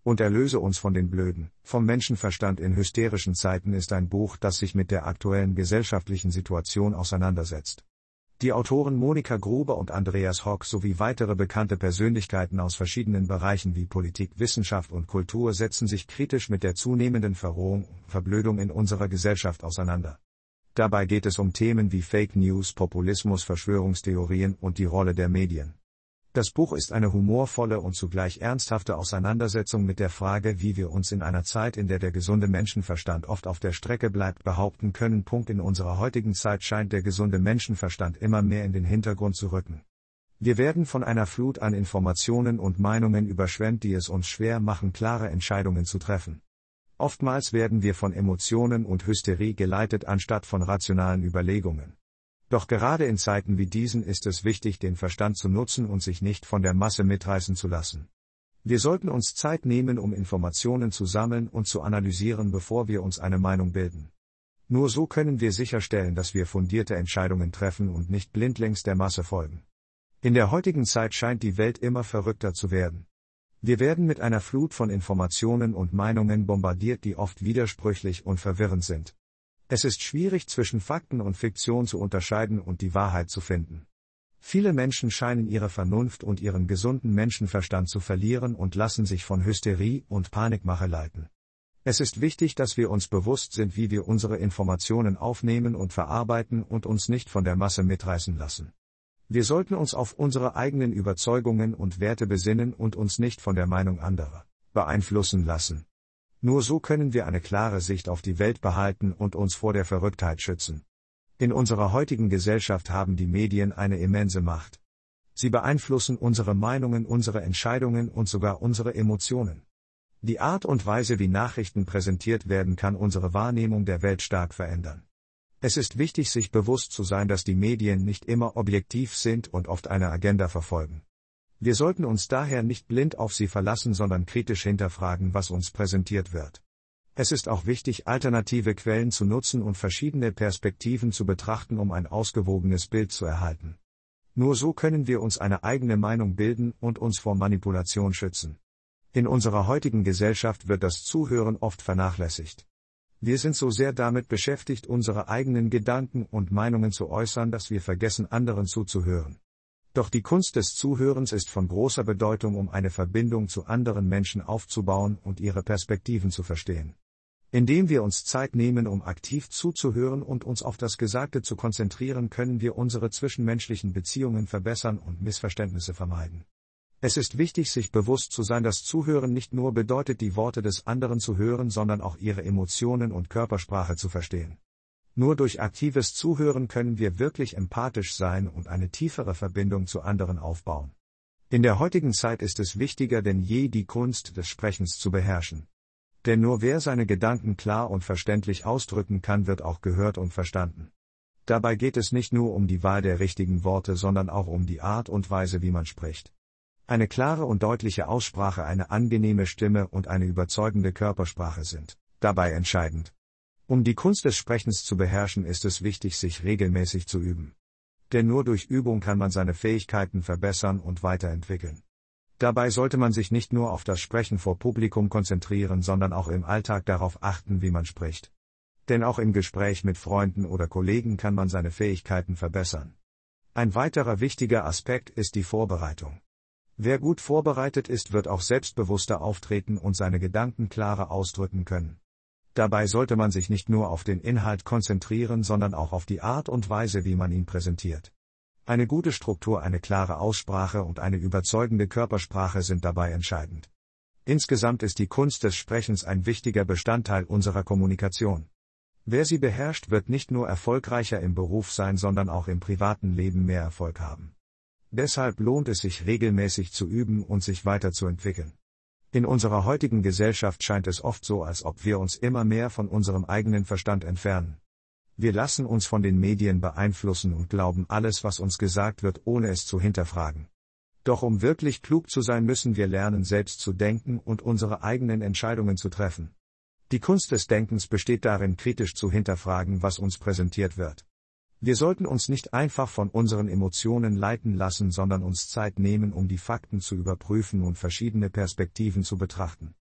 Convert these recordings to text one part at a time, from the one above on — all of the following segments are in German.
Und erlöse uns von den Blöden, vom Menschenverstand in hysterischen Zeiten ist ein Buch, das sich mit der aktuellen gesellschaftlichen Situation auseinandersetzt. Die Autoren Monika Gruber und Andreas Hock sowie weitere bekannte Persönlichkeiten aus verschiedenen Bereichen wie Politik, Wissenschaft und Kultur setzen sich kritisch mit der zunehmenden Verrohung und Verblödung in unserer Gesellschaft auseinander. Dabei geht es um Themen wie Fake News, Populismus, Verschwörungstheorien und die Rolle der Medien. Das Buch ist eine humorvolle und zugleich ernsthafte Auseinandersetzung mit der Frage, wie wir uns in einer Zeit, in der der gesunde Menschenverstand oft auf der Strecke bleibt, behaupten können. In unserer heutigen Zeit scheint der gesunde Menschenverstand immer mehr in den Hintergrund zu rücken. Wir werden von einer Flut an Informationen und Meinungen überschwemmt, die es uns schwer machen, klare Entscheidungen zu treffen. Oftmals werden wir von Emotionen und Hysterie geleitet, anstatt von rationalen Überlegungen. Doch gerade in Zeiten wie diesen ist es wichtig, den Verstand zu nutzen und sich nicht von der Masse mitreißen zu lassen. Wir sollten uns Zeit nehmen, um Informationen zu sammeln und zu analysieren, bevor wir uns eine Meinung bilden. Nur so können wir sicherstellen, dass wir fundierte Entscheidungen treffen und nicht blindlings der Masse folgen. In der heutigen Zeit scheint die Welt immer verrückter zu werden. Wir werden mit einer Flut von Informationen und Meinungen bombardiert, die oft widersprüchlich und verwirrend sind. Es ist schwierig, zwischen Fakten und Fiktion zu unterscheiden und die Wahrheit zu finden. Viele Menschen scheinen ihre Vernunft und ihren gesunden Menschenverstand zu verlieren und lassen sich von Hysterie und Panikmache leiten. Es ist wichtig, dass wir uns bewusst sind, wie wir unsere Informationen aufnehmen und verarbeiten und uns nicht von der Masse mitreißen lassen. Wir sollten uns auf unsere eigenen Überzeugungen und Werte besinnen und uns nicht von der Meinung anderer beeinflussen lassen. Nur so können wir eine klare Sicht auf die Welt behalten und uns vor der Verrücktheit schützen. In unserer heutigen Gesellschaft haben die Medien eine immense Macht. Sie beeinflussen unsere Meinungen, unsere Entscheidungen und sogar unsere Emotionen. Die Art und Weise, wie Nachrichten präsentiert werden, kann unsere Wahrnehmung der Welt stark verändern. Es ist wichtig, sich bewusst zu sein, dass die Medien nicht immer objektiv sind und oft eine Agenda verfolgen. Wir sollten uns daher nicht blind auf sie verlassen, sondern kritisch hinterfragen, was uns präsentiert wird. Es ist auch wichtig, alternative Quellen zu nutzen und verschiedene Perspektiven zu betrachten, um ein ausgewogenes Bild zu erhalten. Nur so können wir uns eine eigene Meinung bilden und uns vor Manipulation schützen. In unserer heutigen Gesellschaft wird das Zuhören oft vernachlässigt. Wir sind so sehr damit beschäftigt, unsere eigenen Gedanken und Meinungen zu äußern, dass wir vergessen, anderen zuzuhören. Doch die Kunst des Zuhörens ist von großer Bedeutung, um eine Verbindung zu anderen Menschen aufzubauen und ihre Perspektiven zu verstehen. Indem wir uns Zeit nehmen, um aktiv zuzuhören und uns auf das Gesagte zu konzentrieren, können wir unsere zwischenmenschlichen Beziehungen verbessern und Missverständnisse vermeiden. Es ist wichtig, sich bewusst zu sein, dass Zuhören nicht nur bedeutet, die Worte des anderen zu hören, sondern auch ihre Emotionen und Körpersprache zu verstehen. Nur durch aktives Zuhören können wir wirklich empathisch sein und eine tiefere Verbindung zu anderen aufbauen. In der heutigen Zeit ist es wichtiger denn je, die Kunst des Sprechens zu beherrschen. Denn nur wer seine Gedanken klar und verständlich ausdrücken kann, wird auch gehört und verstanden. Dabei geht es nicht nur um die Wahl der richtigen Worte, sondern auch um die Art und Weise, wie man spricht. Eine klare und deutliche Aussprache, eine angenehme Stimme und eine überzeugende Körpersprache sind dabei entscheidend. Um die Kunst des Sprechens zu beherrschen, ist es wichtig, sich regelmäßig zu üben. Denn nur durch Übung kann man seine Fähigkeiten verbessern und weiterentwickeln. Dabei sollte man sich nicht nur auf das Sprechen vor Publikum konzentrieren, sondern auch im Alltag darauf achten, wie man spricht. Denn auch im Gespräch mit Freunden oder Kollegen kann man seine Fähigkeiten verbessern. Ein weiterer wichtiger Aspekt ist die Vorbereitung. Wer gut vorbereitet ist, wird auch selbstbewusster auftreten und seine Gedanken klarer ausdrücken können. Dabei sollte man sich nicht nur auf den Inhalt konzentrieren, sondern auch auf die Art und Weise, wie man ihn präsentiert. Eine gute Struktur, eine klare Aussprache und eine überzeugende Körpersprache sind dabei entscheidend. Insgesamt ist die Kunst des Sprechens ein wichtiger Bestandteil unserer Kommunikation. Wer sie beherrscht, wird nicht nur erfolgreicher im Beruf sein, sondern auch im privaten Leben mehr Erfolg haben. Deshalb lohnt es sich, regelmäßig zu üben und sich weiterzuentwickeln. In unserer heutigen Gesellschaft scheint es oft so, als ob wir uns immer mehr von unserem eigenen Verstand entfernen. Wir lassen uns von den Medien beeinflussen und glauben alles, was uns gesagt wird, ohne es zu hinterfragen. Doch um wirklich klug zu sein, müssen wir lernen, selbst zu denken und unsere eigenen Entscheidungen zu treffen. Die Kunst des Denkens besteht darin, kritisch zu hinterfragen, was uns präsentiert wird. Wir sollten uns nicht einfach von unseren Emotionen leiten lassen, sondern uns Zeit nehmen, um die Fakten zu überprüfen und verschiedene Perspektiven zu betrachten.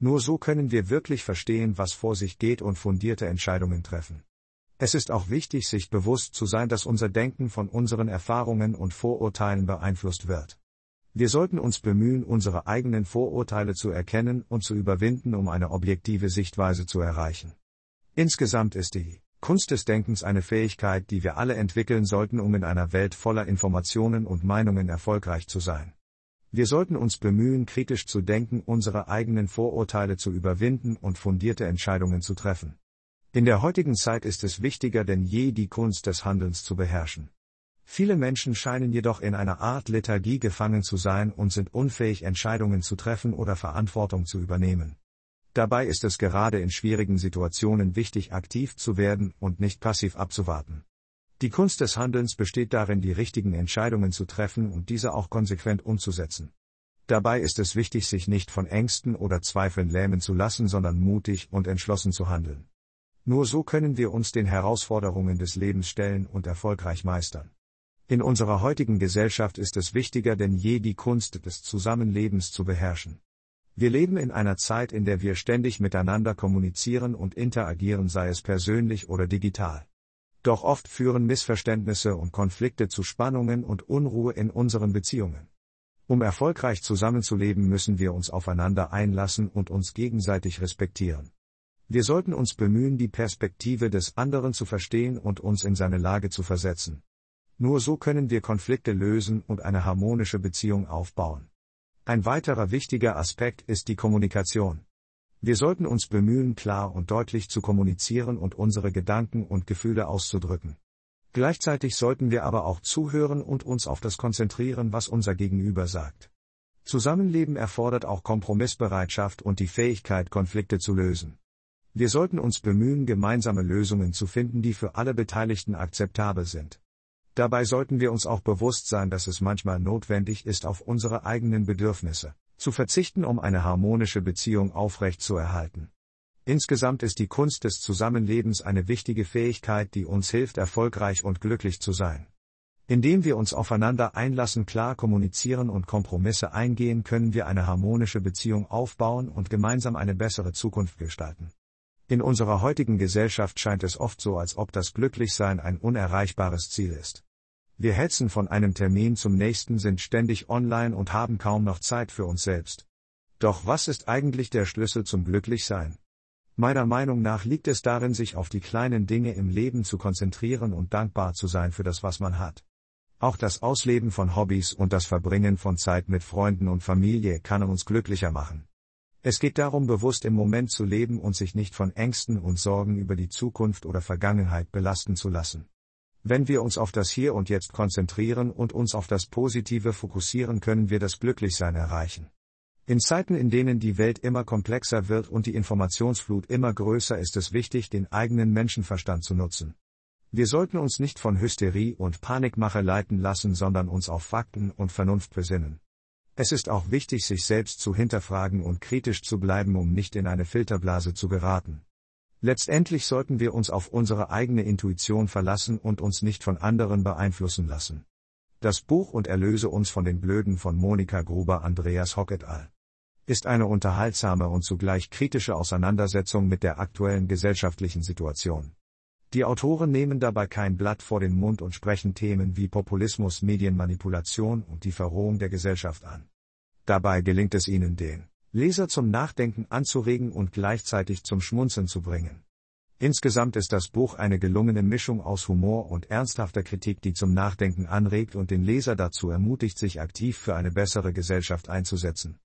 Nur so können wir wirklich verstehen, was vor sich geht und fundierte Entscheidungen treffen. Es ist auch wichtig, sich bewusst zu sein, dass unser Denken von unseren Erfahrungen und Vorurteilen beeinflusst wird. Wir sollten uns bemühen, unsere eigenen Vorurteile zu erkennen und zu überwinden, um eine objektive Sichtweise zu erreichen. Insgesamt ist die Kunst des Denkens eine Fähigkeit, die wir alle entwickeln sollten, um in einer Welt voller Informationen und Meinungen erfolgreich zu sein. Wir sollten uns bemühen, kritisch zu denken, unsere eigenen Vorurteile zu überwinden und fundierte Entscheidungen zu treffen. In der heutigen Zeit ist es wichtiger denn je, die Kunst des Handelns zu beherrschen. Viele Menschen scheinen jedoch in einer Art Lethargie gefangen zu sein und sind unfähig, Entscheidungen zu treffen oder Verantwortung zu übernehmen. Dabei ist es gerade in schwierigen Situationen wichtig, aktiv zu werden und nicht passiv abzuwarten. Die Kunst des Handelns besteht darin, die richtigen Entscheidungen zu treffen und diese auch konsequent umzusetzen. Dabei ist es wichtig, sich nicht von Ängsten oder Zweifeln lähmen zu lassen, sondern mutig und entschlossen zu handeln. Nur so können wir uns den Herausforderungen des Lebens stellen und erfolgreich meistern. In unserer heutigen Gesellschaft ist es wichtiger denn je, die Kunst des Zusammenlebens zu beherrschen. Wir leben in einer Zeit, in der wir ständig miteinander kommunizieren und interagieren, sei es persönlich oder digital. Doch oft führen Missverständnisse und Konflikte zu Spannungen und Unruhe in unseren Beziehungen. Um erfolgreich zusammenzuleben, müssen wir uns aufeinander einlassen und uns gegenseitig respektieren. Wir sollten uns bemühen, die Perspektive des anderen zu verstehen und uns in seine Lage zu versetzen. Nur so können wir Konflikte lösen und eine harmonische Beziehung aufbauen. Ein weiterer wichtiger Aspekt ist die Kommunikation. Wir sollten uns bemühen, klar und deutlich zu kommunizieren und unsere Gedanken und Gefühle auszudrücken. Gleichzeitig sollten wir aber auch zuhören und uns auf das konzentrieren, was unser Gegenüber sagt. Zusammenleben erfordert auch Kompromissbereitschaft und die Fähigkeit, Konflikte zu lösen. Wir sollten uns bemühen, gemeinsame Lösungen zu finden, die für alle Beteiligten akzeptabel sind. Dabei sollten wir uns auch bewusst sein, dass es manchmal notwendig ist, auf unsere eigenen Bedürfnisse zu verzichten, um eine harmonische Beziehung aufrechtzuerhalten. Insgesamt ist die Kunst des Zusammenlebens eine wichtige Fähigkeit, die uns hilft, erfolgreich und glücklich zu sein. Indem wir uns aufeinander einlassen, klar kommunizieren und Kompromisse eingehen, können wir eine harmonische Beziehung aufbauen und gemeinsam eine bessere Zukunft gestalten. In unserer heutigen Gesellschaft scheint es oft so, als ob das Glücklichsein ein unerreichbares Ziel ist. Wir hetzen von einem Termin zum nächsten, sind ständig online und haben kaum noch Zeit für uns selbst. Doch was ist eigentlich der Schlüssel zum Glücklichsein? Meiner Meinung nach liegt es darin, sich auf die kleinen Dinge im Leben zu konzentrieren und dankbar zu sein für das, was man hat. Auch das Ausleben von Hobbys und das Verbringen von Zeit mit Freunden und Familie kann uns glücklicher machen. Es geht darum, bewusst im Moment zu leben und sich nicht von Ängsten und Sorgen über die Zukunft oder Vergangenheit belasten zu lassen. Wenn wir uns auf das Hier und Jetzt konzentrieren und uns auf das Positive fokussieren, können wir das Glücklichsein erreichen. In Zeiten, in denen die Welt immer komplexer wird und die Informationsflut immer größer, ist es wichtig, den eigenen Menschenverstand zu nutzen. Wir sollten uns nicht von Hysterie und Panikmache leiten lassen, sondern uns auf Fakten und Vernunft besinnen. Es ist auch wichtig, sich selbst zu hinterfragen und kritisch zu bleiben, um nicht in eine Filterblase zu geraten. Letztendlich sollten wir uns auf unsere eigene Intuition verlassen und uns nicht von anderen beeinflussen lassen. Das Buch Und erlöse uns von den Blöden von Monika Gruber, Andreas Hock et al. Ist eine unterhaltsame und zugleich kritische Auseinandersetzung mit der aktuellen gesellschaftlichen Situation. Die Autoren nehmen dabei kein Blatt vor den Mund und sprechen Themen wie Populismus, Medienmanipulation und die Verrohung der Gesellschaft an. Dabei gelingt es ihnen, den Leser zum Nachdenken anzuregen und gleichzeitig zum Schmunzeln zu bringen. Insgesamt ist das Buch eine gelungene Mischung aus Humor und ernsthafter Kritik, die zum Nachdenken anregt und den Leser dazu ermutigt, sich aktiv für eine bessere Gesellschaft einzusetzen.